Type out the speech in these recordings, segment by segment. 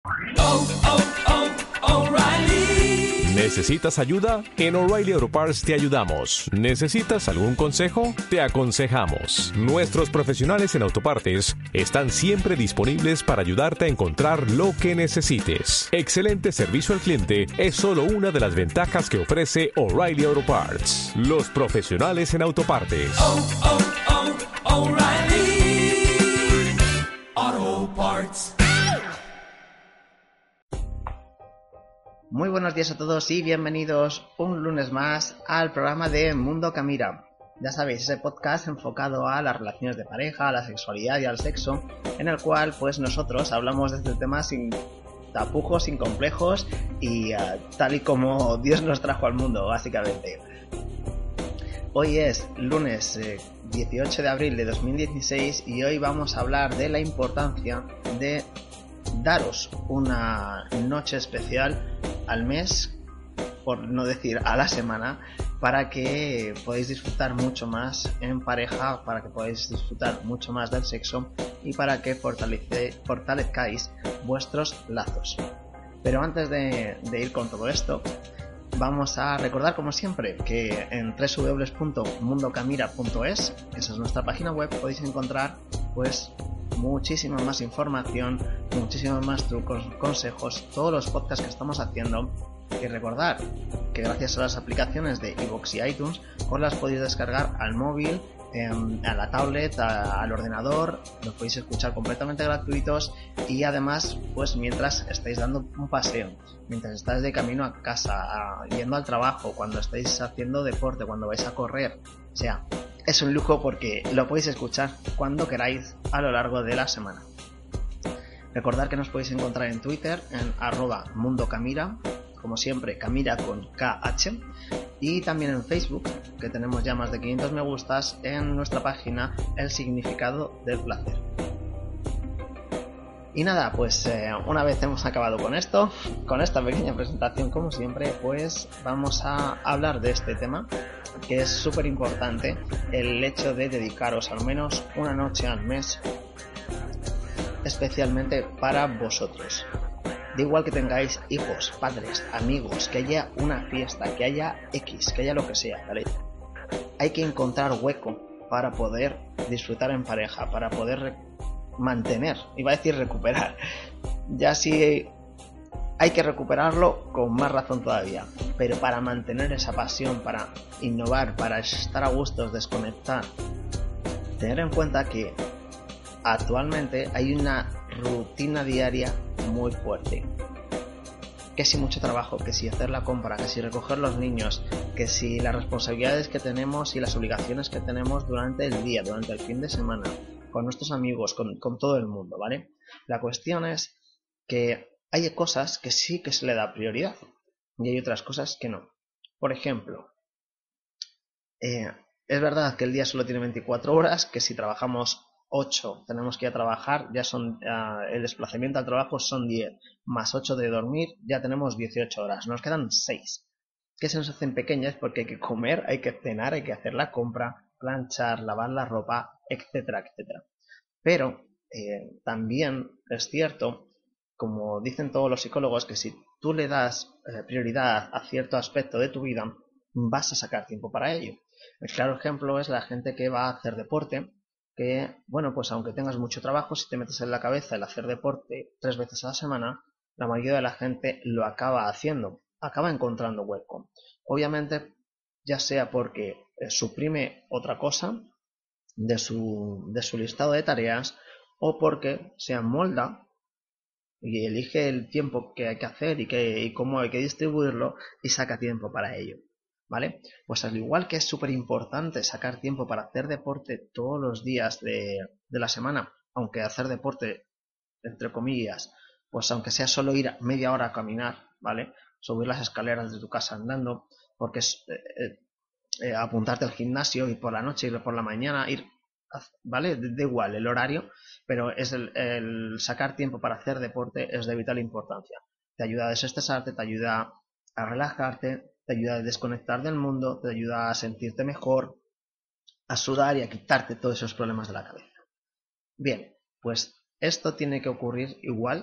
O'Reilly. ¿Necesitas ayuda? En O'Reilly Auto Parts te ayudamos. ¿Necesitas algún consejo? Te aconsejamos. Nuestros profesionales en autopartes están siempre disponibles para ayudarte a encontrar lo que necesites. Excelente servicio al cliente es solo una de las ventajas que ofrece O'Reilly Auto Parts. Los profesionales en autopartes. O'Reilly Auto Parts. Muy buenos días a todos y bienvenidos un lunes más al programa de Mundo Camira. Ya sabéis, ese podcast enfocado a las relaciones de pareja, a la sexualidad y al sexo, en el cual pues nosotros hablamos de este tema sin tapujos, sin complejos y tal y como Dios nos trajo al mundo, básicamente. Hoy es lunes 18 de abril de 2016 y hoy vamos a hablar de la importancia de daros una noche especial al mes, por no decir a la semana, para que podáis disfrutar mucho más en pareja, para que podáis disfrutar mucho más del sexo y para que fortalezcáis vuestros lazos. Pero antes de ir con todo esto, vamos a recordar, como siempre, que en www.mundocamira.es, esa es nuestra página web, podéis encontrar pues muchísima más información, muchísimos más trucos, consejos, todos los podcasts que estamos haciendo. Y recordar que gracias a las aplicaciones de iVoox y iTunes os las podéis descargar al móvil, a la tablet, al ordenador, los podéis escuchar completamente gratuitos y además pues mientras estáis dando un paseo, mientras estáis de camino a casa, yendo al trabajo, cuando estáis haciendo deporte, cuando vais a correr, o sea, es un lujo porque lo podéis escuchar cuando queráis a lo largo de la semana. Recordad que nos podéis encontrar en Twitter en @mundocamira, como siempre, Camira con KH, y también en Facebook, que tenemos ya más de 500 me gustas, en nuestra página El Significado del Placer. Y nada, pues una vez hemos acabado con esto, con esta pequeña presentación como siempre, pues vamos a hablar de este tema, que es súper importante, el hecho de dedicaros al menos una noche al mes especialmente para vosotros. Da igual que tengáis hijos, padres, amigos, que haya una fiesta, que haya X, que haya lo que sea, ¿vale? Hay que encontrar hueco para poder disfrutar en pareja, para poder mantener, iba a decir recuperar, ya si hay que recuperarlo con más razón todavía, pero para mantener esa pasión, para innovar, para estar a gustos, desconectar, tener en cuenta que actualmente hay una rutina diaria muy fuerte, que si mucho trabajo, que si hacer la compra, que si recoger los niños, que si las responsabilidades que tenemos y las obligaciones que tenemos durante el día, durante el fin de semana, con nuestros amigos, con todo el mundo, ¿vale? La cuestión es que hay cosas que sí que se le da prioridad y hay otras cosas que no. Por ejemplo, es verdad que el día solo tiene 24 horas, que si trabajamos 8 tenemos que ir a trabajar, ya son el desplazamiento al trabajo son 10, más 8 de dormir, ya tenemos 18 horas, nos quedan 6, que se nos hacen pequeñas porque hay que comer, hay que cenar, hay que hacer la compra, planchar, lavar la ropa, etcétera, etcétera. Pero también es cierto, como dicen todos los psicólogos, que si tú le das prioridad a cierto aspecto de tu vida, vas a sacar tiempo para ello. El claro ejemplo es la gente que va a hacer deporte, que, bueno, pues aunque tengas mucho trabajo, si te metes en la cabeza el hacer deporte 3 veces a la semana, la mayoría de la gente lo acaba haciendo, acaba encontrando hueco. Obviamente, ya sea porque suprime otra cosa de su listado de tareas o porque se amolda y elige el tiempo que hay que hacer y cómo hay que distribuirlo y saca tiempo para ello, ¿vale? Pues al igual que es súper importante sacar tiempo para hacer deporte todos los días de la semana, aunque hacer deporte, entre comillas, pues aunque sea solo ir media hora a caminar, ¿vale? Subir las escaleras de tu casa andando, porque es apuntarte al gimnasio, ir por la noche, ir por la mañana, ir, ¿vale? Da igual el horario, pero es el sacar tiempo para hacer deporte es de vital importancia. Te ayuda a desestresarte, te ayuda a relajarte, te ayuda a desconectar del mundo, te ayuda a sentirte mejor, a sudar y a quitarte todos esos problemas de la cabeza. Bien, pues esto tiene que ocurrir igual,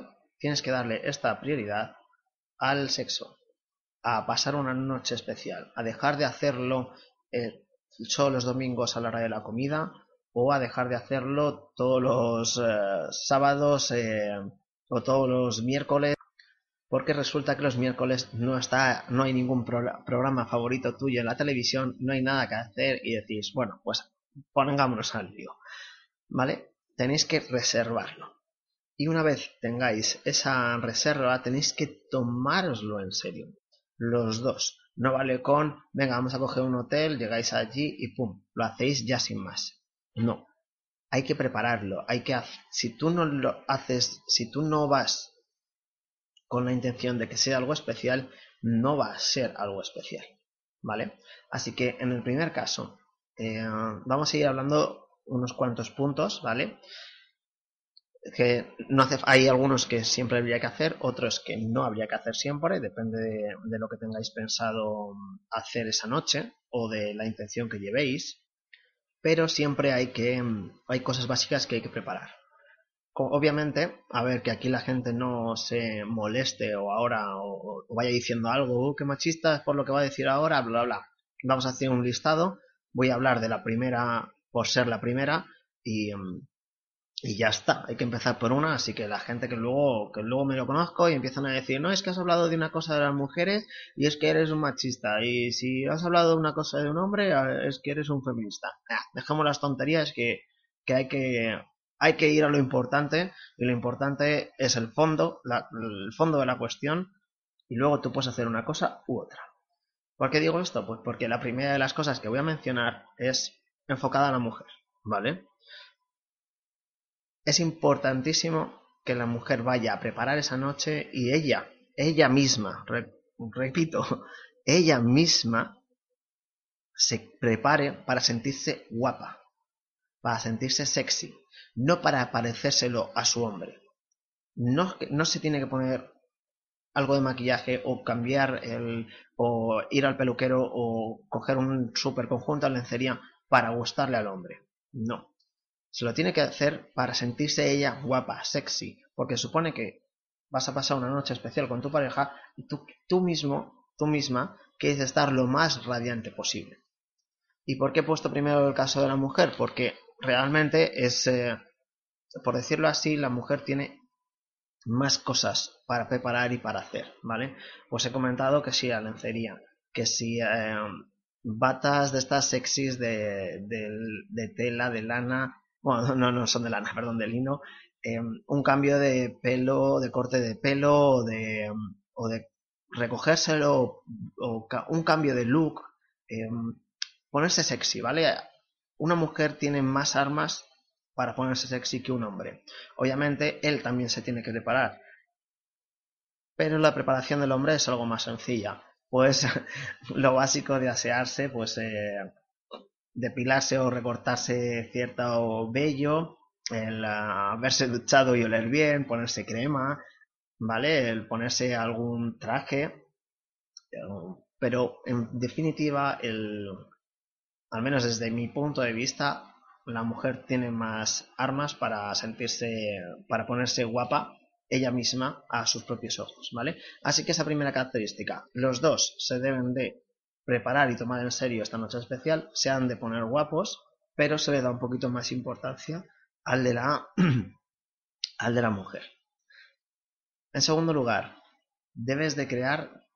tienes que darle esta prioridad al sexo, a pasar una noche especial, a dejar de hacerlo solo los domingos a la hora de la comida, o a dejar de hacerlo todos los sábados o todos los miércoles, porque resulta que los miércoles no hay ningún programa favorito tuyo en la televisión, no hay nada que hacer y decís, bueno, pues pongámonos al lío, ¿vale? Tenéis que reservarlo. Y una vez tengáis esa reserva, tenéis que tomároslo en serio. Los dos. No vale con, venga, vamos a coger un hotel, llegáis allí y pum, lo hacéis ya sin más. No. Hay que prepararlo. Si tú no lo haces, si tú no vas con la intención de que sea algo especial, no va a ser algo especial. ¿Vale? Así que en el primer caso, vamos a ir hablando unos cuantos puntos, ¿vale? Que hay algunos que siempre habría que hacer, otros que no habría que hacer siempre, depende de lo que tengáis pensado hacer esa noche o de la intención que llevéis, pero siempre hay cosas básicas que hay que preparar. Obviamente, a ver, que aquí la gente no se moleste o vaya diciendo algo, qué machista es por lo que va a decir ahora, bla, bla. Vamos a hacer un listado, voy a hablar de la primera por ser la primera y ya está, hay que empezar por una, así que la gente que luego me lo conozco y empiezan a decir, no, es que has hablado de una cosa de las mujeres y es que eres un machista, y si has hablado de una cosa de un hombre es que eres un feminista. Dejemos las tonterías que hay que ir a lo importante, y lo importante es el fondo de la cuestión, y luego tú puedes hacer una cosa u otra. ¿Por qué digo esto? Pues porque la primera de las cosas que voy a mencionar es enfocada a la mujer, ¿vale? Es importantísimo que la mujer vaya a preparar esa noche y ella misma, repito, ella misma se prepare para sentirse guapa, para sentirse sexy, no para parecérselo a su hombre. No se tiene que poner algo de maquillaje o o ir al peluquero o coger un super conjunto de lencería para gustarle al hombre. No. Se lo tiene que hacer para sentirse ella guapa, sexy, porque supone que vas a pasar una noche especial con tu pareja y tú misma, quieres estar lo más radiante posible. ¿Y por qué he puesto primero el caso de la mujer? Porque realmente es, por decirlo así, la mujer tiene más cosas para preparar y para hacer, ¿vale? Pues he comentado que sí, la lencería, que sí, batas de estas sexys de tela, de lana. Bueno, no son de lana, perdón, de lino, un cambio de pelo, de corte de pelo, o de recogérselo, o un cambio de look, ponerse sexy, ¿vale? Una mujer tiene más armas para ponerse sexy que un hombre. Obviamente, él también se tiene que preparar, pero la preparación del hombre es algo más sencilla. Pues lo básico de asearse, pues depilarse o recortarse cierto vello, el haberse duchado y oler bien, ponerse crema, ¿vale? El ponerse algún traje, pero en definitiva, al menos desde mi punto de vista, la mujer tiene más armas para para ponerse guapa ella misma a sus propios ojos, ¿vale? Así que esa primera característica, los dos se deben de preparar y tomar en serio esta noche especial, se han de poner guapos, pero se le da un poquito más importancia al de la mujer. En segundo lugar, debes de crear,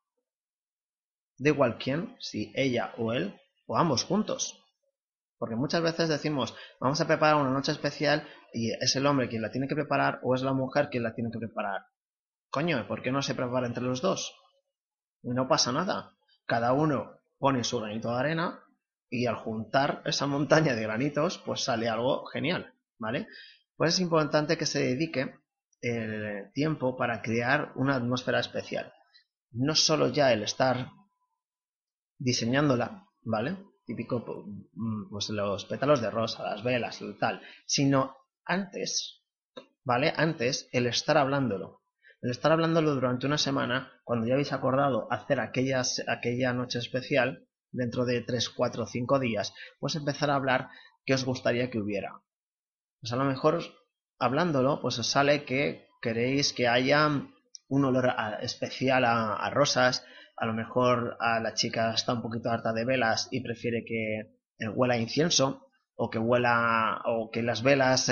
da igual quién, si ella o él, o ambos juntos. Porque muchas veces decimos, vamos a preparar una noche especial y es el hombre quien la tiene que preparar o es la mujer quien la tiene que preparar. Coño, ¿por qué no se prepara entre los dos? Y no pasa nada. Cada uno pone su granito de arena y al juntar esa montaña de granitos, pues sale algo genial, ¿vale? Pues es importante que se dedique el tiempo para crear una atmósfera especial. No solo ya el estar diseñándola, ¿vale? Típico, pues los pétalos de rosa, las velas, tal, sino antes, ¿vale? Antes el estar hablándolo. El estar hablándolo durante una semana, cuando ya habéis acordado hacer aquella noche especial, dentro de 3, 4, 5 días, pues empezar a hablar qué os gustaría que hubiera. Pues a lo mejor, hablándolo, pues os sale que queréis que haya un olor especial a rosas, a lo mejor a la chica está un poquito harta de velas y prefiere que huela a incienso, o que las velas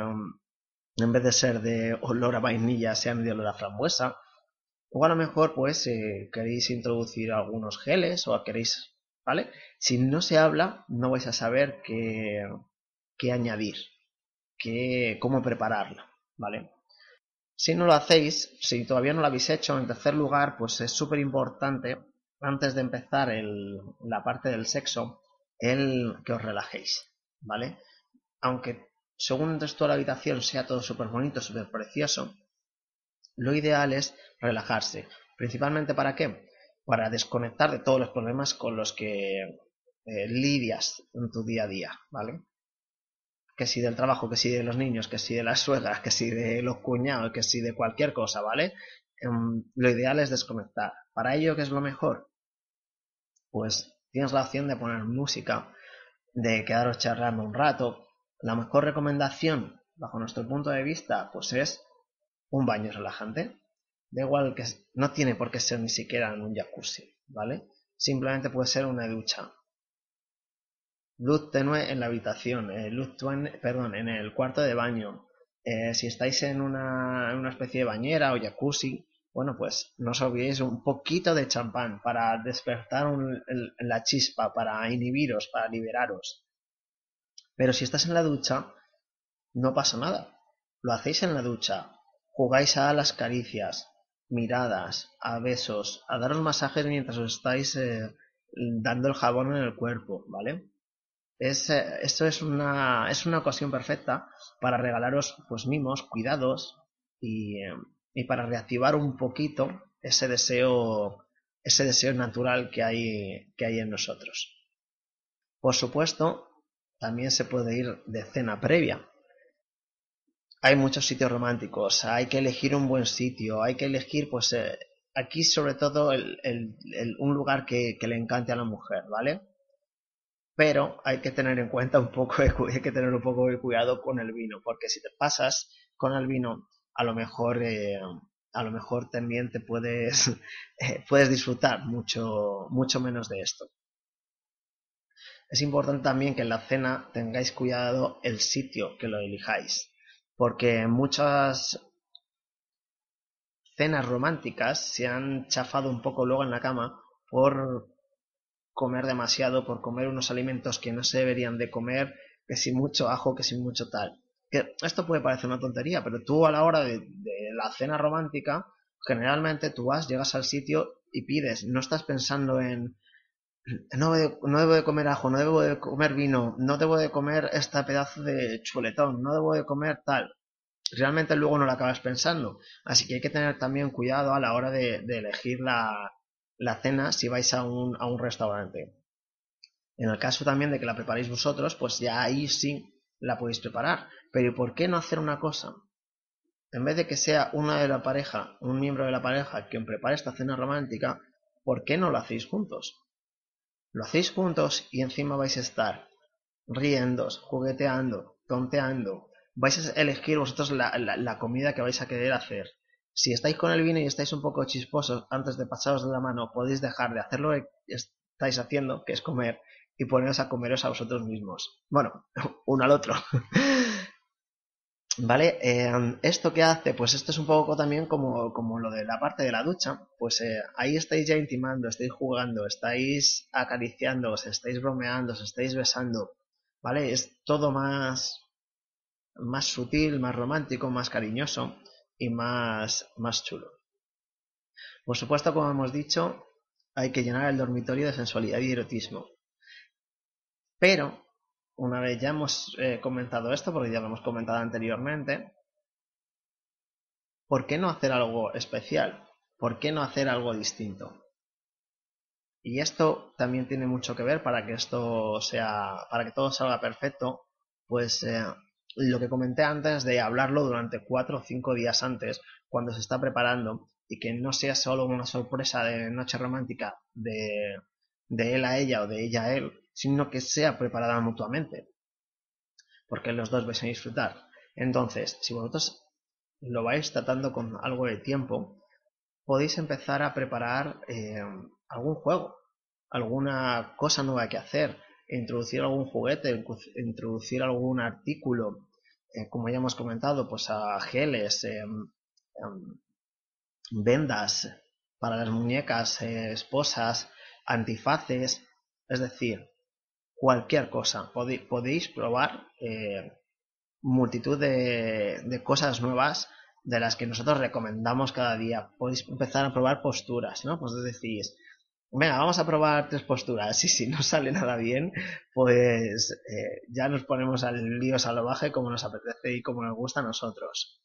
en vez de ser de olor a vainilla sean de olor a frambuesa, o a lo mejor pues queréis introducir algunos geles o queréis, ¿vale? Si no se habla no vais a saber qué añadir, cómo prepararla, ¿vale? Si no lo hacéis, si todavía no lo habéis hecho, en tercer lugar, pues es súper importante, antes de empezar la parte del sexo, el que os relajéis, ¿vale? Aunque según entres tú a la habitación sea todo súper bonito, súper precioso, lo ideal es relajarse. ¿Principalmente para qué? Para desconectar de todos los problemas con los que lidias en tu día a día, ¿vale? Que si del trabajo, que si de los niños, que si de las suegras, que si de los cuñados, que si de cualquier cosa, ¿vale? Lo ideal es desconectar. ¿Para ello qué es lo mejor? Pues tienes la opción de poner música, de quedaros charlando un rato. La mejor recomendación, bajo nuestro punto de vista, pues es un baño relajante. Da igual que no tiene por qué ser ni siquiera en un jacuzzi, ¿vale? Simplemente puede ser una ducha. Luz tenue en la habitación, en el cuarto de baño. Si estáis en una especie de bañera o jacuzzi, bueno, pues no os olvidéis un poquito de champán para despertar la chispa, para inhibiros, para liberaros. Pero si estás en la ducha, no pasa nada. Lo hacéis en la ducha, jugáis a las caricias, miradas, a besos, a daros masajes mientras os estáis dando el jabón en el cuerpo, ¿vale? Esto es una ocasión perfecta para regalaros pues mimos, cuidados y para reactivar un poquito ese deseo natural que hay en nosotros. Por supuesto, también se puede ir de cena previa. Hay muchos sitios románticos, hay que elegir un buen sitio, hay que elegir pues aquí sobre todo un lugar que le encante a la mujer, ¿vale? Pero hay que tener en cuenta hay que tener un poco de cuidado con el vino, porque si te pasas con el vino, a lo mejor también te puedes disfrutar mucho menos de esto. Es importante también que en la cena tengáis cuidado el sitio que lo elijáis, porque muchas cenas románticas se han chafado un poco luego en la cama por comer demasiado, por comer unos alimentos que no se deberían de comer, que sin mucho ajo, que sin mucho tal. Que esto puede parecer una tontería, pero tú a la hora de la cena romántica, generalmente tú llegas al sitio y pides, no estás pensando en no debo de comer ajo, no debo de comer vino, no debo de comer este pedazo de chuletón, no debo de comer tal. Realmente luego no lo acabas pensando. Así que hay que tener también cuidado a la hora de elegir la cena si vais a un restaurante. En el caso también de que la preparéis vosotros, pues ya ahí sí la podéis preparar. Pero ¿por qué no hacer una cosa? En vez de que sea una de la pareja, un miembro de la pareja quien prepare esta cena romántica, ¿por qué no lo hacéis juntos? Lo hacéis juntos y encima vais a estar riéndos, jugueteando, tonteando. Vais a elegir vosotros la comida que vais a querer hacer. Si estáis con el vino y estáis un poco chisposos antes de pasaros de la mano, podéis dejar de hacer lo que estáis haciendo, que es comer, y poneros a comeros a vosotros mismos. Bueno, uno al otro. ¿Vale? ¿Esto qué hace? Pues esto es un poco también como lo de la parte de la ducha. Pues ahí estáis ya intimando, estáis jugando, estáis acariciando, os estáis bromeando, os estáis besando. ¿Vale? Es todo más sutil, más romántico, más cariñoso y más chulo. Por supuesto, como hemos dicho, hay que llenar el dormitorio de sensualidad y erotismo. Pero una vez ya hemos comentado esto, porque ya lo hemos comentado anteriormente, ¿por qué no hacer algo especial? ¿Por qué no hacer algo distinto? Y esto también tiene mucho que ver para que todo salga perfecto, pues lo que comenté antes de hablarlo durante 4 o 5 días antes, cuando se está preparando, y que no sea solo una sorpresa de noche romántica de él a ella o de ella a él, sino que sea preparada mutuamente, porque los dos vais a disfrutar. Entonces, si vosotros lo vais tratando con algo de tiempo, podéis empezar a preparar algún juego, alguna cosa nueva que hacer, introducir algún juguete, introducir algún artículo, como ya hemos comentado, pues a geles, vendas para las muñecas, esposas, antifaces, es decir, cualquier cosa. Podéis probar multitud de cosas nuevas de las que nosotros recomendamos cada día. Podéis empezar a probar posturas, ¿no? Pues decís, venga, vamos a probar 3 posturas y si no sale nada bien, pues ya nos ponemos al lío salvaje como nos apetece y como nos gusta a nosotros.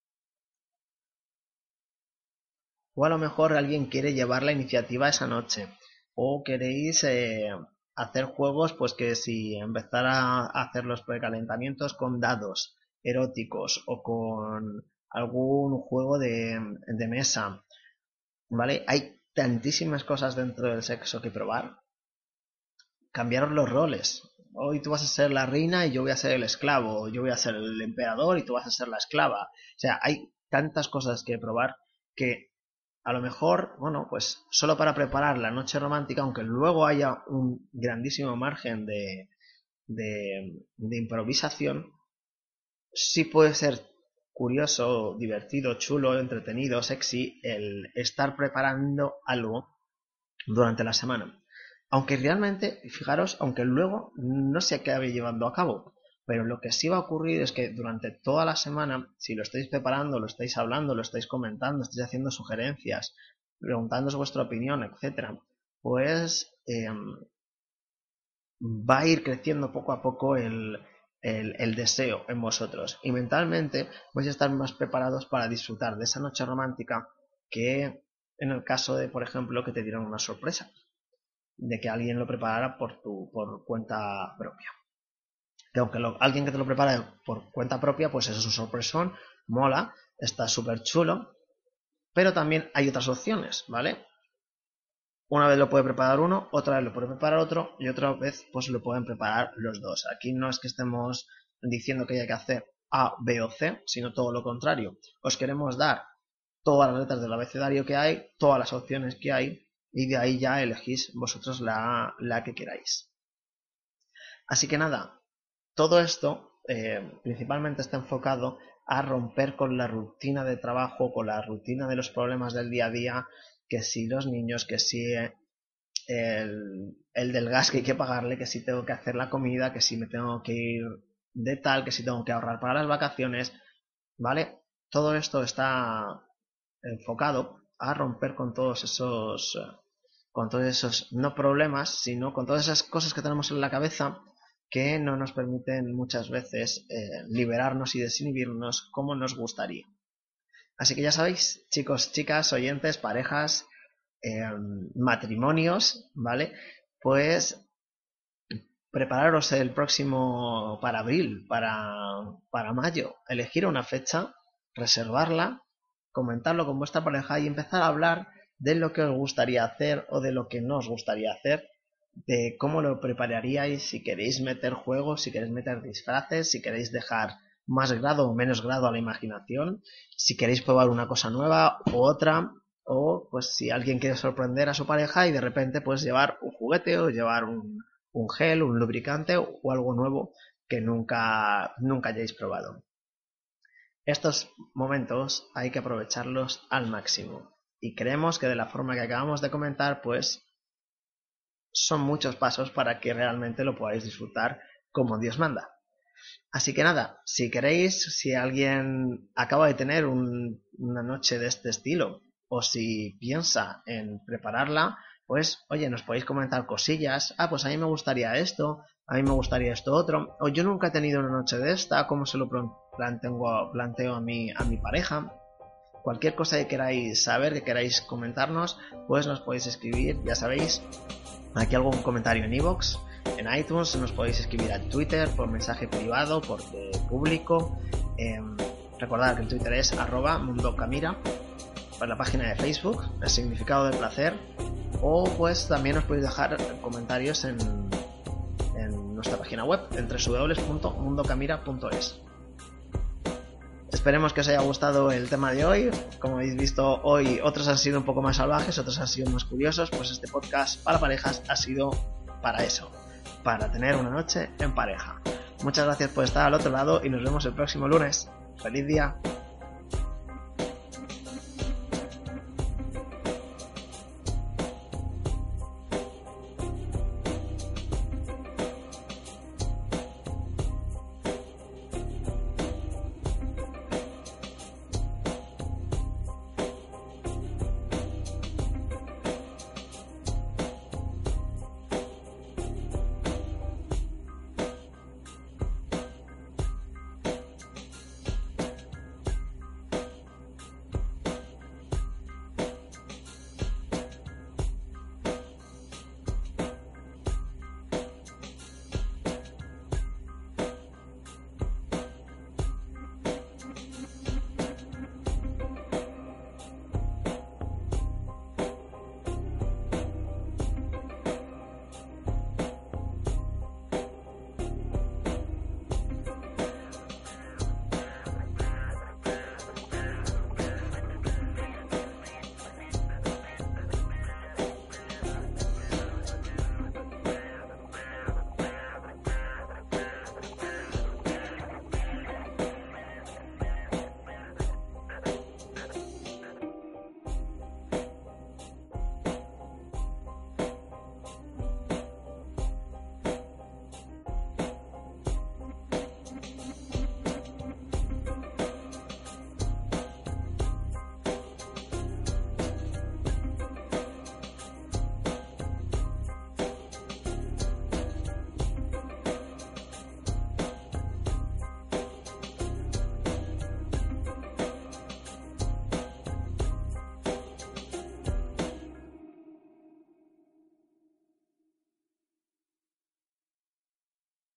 O a lo mejor alguien quiere llevar la iniciativa esa noche, o queréis hacer juegos, pues que si empezar a hacer los precalentamientos con dados eróticos o con algún juego de mesa, ¿vale? Hay tantísimas cosas dentro del sexo que probar. Cambiaros los roles. Hoy tú vas a ser la reina y yo voy a ser el esclavo. Yo voy a ser el emperador y tú vas a ser la esclava. O sea, hay tantas cosas que probar que a lo mejor, bueno, pues solo para preparar la noche romántica, aunque luego haya un grandísimo margen de improvisación, sí puede ser curioso, divertido, chulo, entretenido, sexy el estar preparando algo durante la semana. Aunque realmente, fijaros, aunque luego no se acabe llevando a cabo, pero lo que sí va a ocurrir es que durante toda la semana, si lo estáis preparando, lo estáis hablando, lo estáis comentando, estáis haciendo sugerencias, preguntándoos vuestra opinión, etc., pues va a ir creciendo poco a poco el deseo en vosotros. Y mentalmente vais a estar más preparados para disfrutar de esa noche romántica que en el caso de, por ejemplo, que te dieran una sorpresa, de que alguien lo preparara por cuenta propia. Que aunque alguien que te lo prepare por cuenta propia, pues eso es un sorpresón, mola, está súper chulo, pero también hay otras opciones, ¿vale? Una vez lo puede preparar uno, otra vez lo puede preparar otro y otra vez pues lo pueden preparar los dos. Aquí no es que estemos diciendo que hay que hacer A, B o C, sino todo lo contrario. Os queremos dar todas las letras del abecedario que hay, todas las opciones que hay y de ahí ya elegís vosotros la que queráis. Así que nada, todo esto principalmente está enfocado a romper con la rutina de trabajo, con la rutina de los problemas del día a día, que si los niños, que si el del gas que hay que pagarle, que si tengo que hacer la comida, que si me tengo que ir de tal, que si tengo que ahorrar para las vacaciones, ¿vale? Todo esto está enfocado a romper con todos esos no problemas, sino con todas esas cosas que tenemos en la cabeza que no nos permiten muchas veces liberarnos y desinhibirnos como nos gustaría. Así que ya sabéis, chicos, chicas, oyentes, parejas, matrimonios, ¿vale? Pues prepararos el próximo para abril, para mayo, elegir una fecha, reservarla, comentarlo con vuestra pareja y empezar a hablar de lo que os gustaría hacer o de lo que no os gustaría hacer, de cómo lo prepararíais, si queréis meter juegos, si queréis meter disfraces, si queréis dejar más grado o menos grado a la imaginación, si queréis probar una cosa nueva u otra, o pues si alguien quiere sorprender a su pareja y de repente pues llevar un juguete o llevar un gel, un lubricante o algo nuevo que nunca hayáis probado. Estos momentos hay que aprovecharlos al máximo y creemos que de la forma que acabamos de comentar pues son muchos pasos para que realmente lo podáis disfrutar como Dios manda. Así que nada, si queréis, si alguien acaba de tener una noche de este estilo o si piensa en prepararla, pues oye, nos podéis comentar cosillas. Pues a mí me gustaría esto, a mí me gustaría esto otro, o yo nunca he tenido una noche de esta, ¿cómo se lo planteo a mi pareja? Cualquier cosa que queráis saber, que queráis comentarnos, pues nos podéis escribir, ya sabéis, aquí algún comentario en iVoox, en iTunes, nos podéis escribir a Twitter por mensaje privado, por público. Recordad que el Twitter es @mundocamira, por la página de Facebook, el significado del placer, o pues también os podéis dejar comentarios en nuestra página web, en www.mundocamira.es. Esperemos que os haya gustado el tema de hoy. Como habéis visto, hoy otros han sido un poco más salvajes, otros han sido más curiosos. Pues este podcast para parejas ha sido para eso, para tener una noche en pareja. Muchas gracias por estar al otro lado y nos vemos el próximo lunes. ¡Feliz día!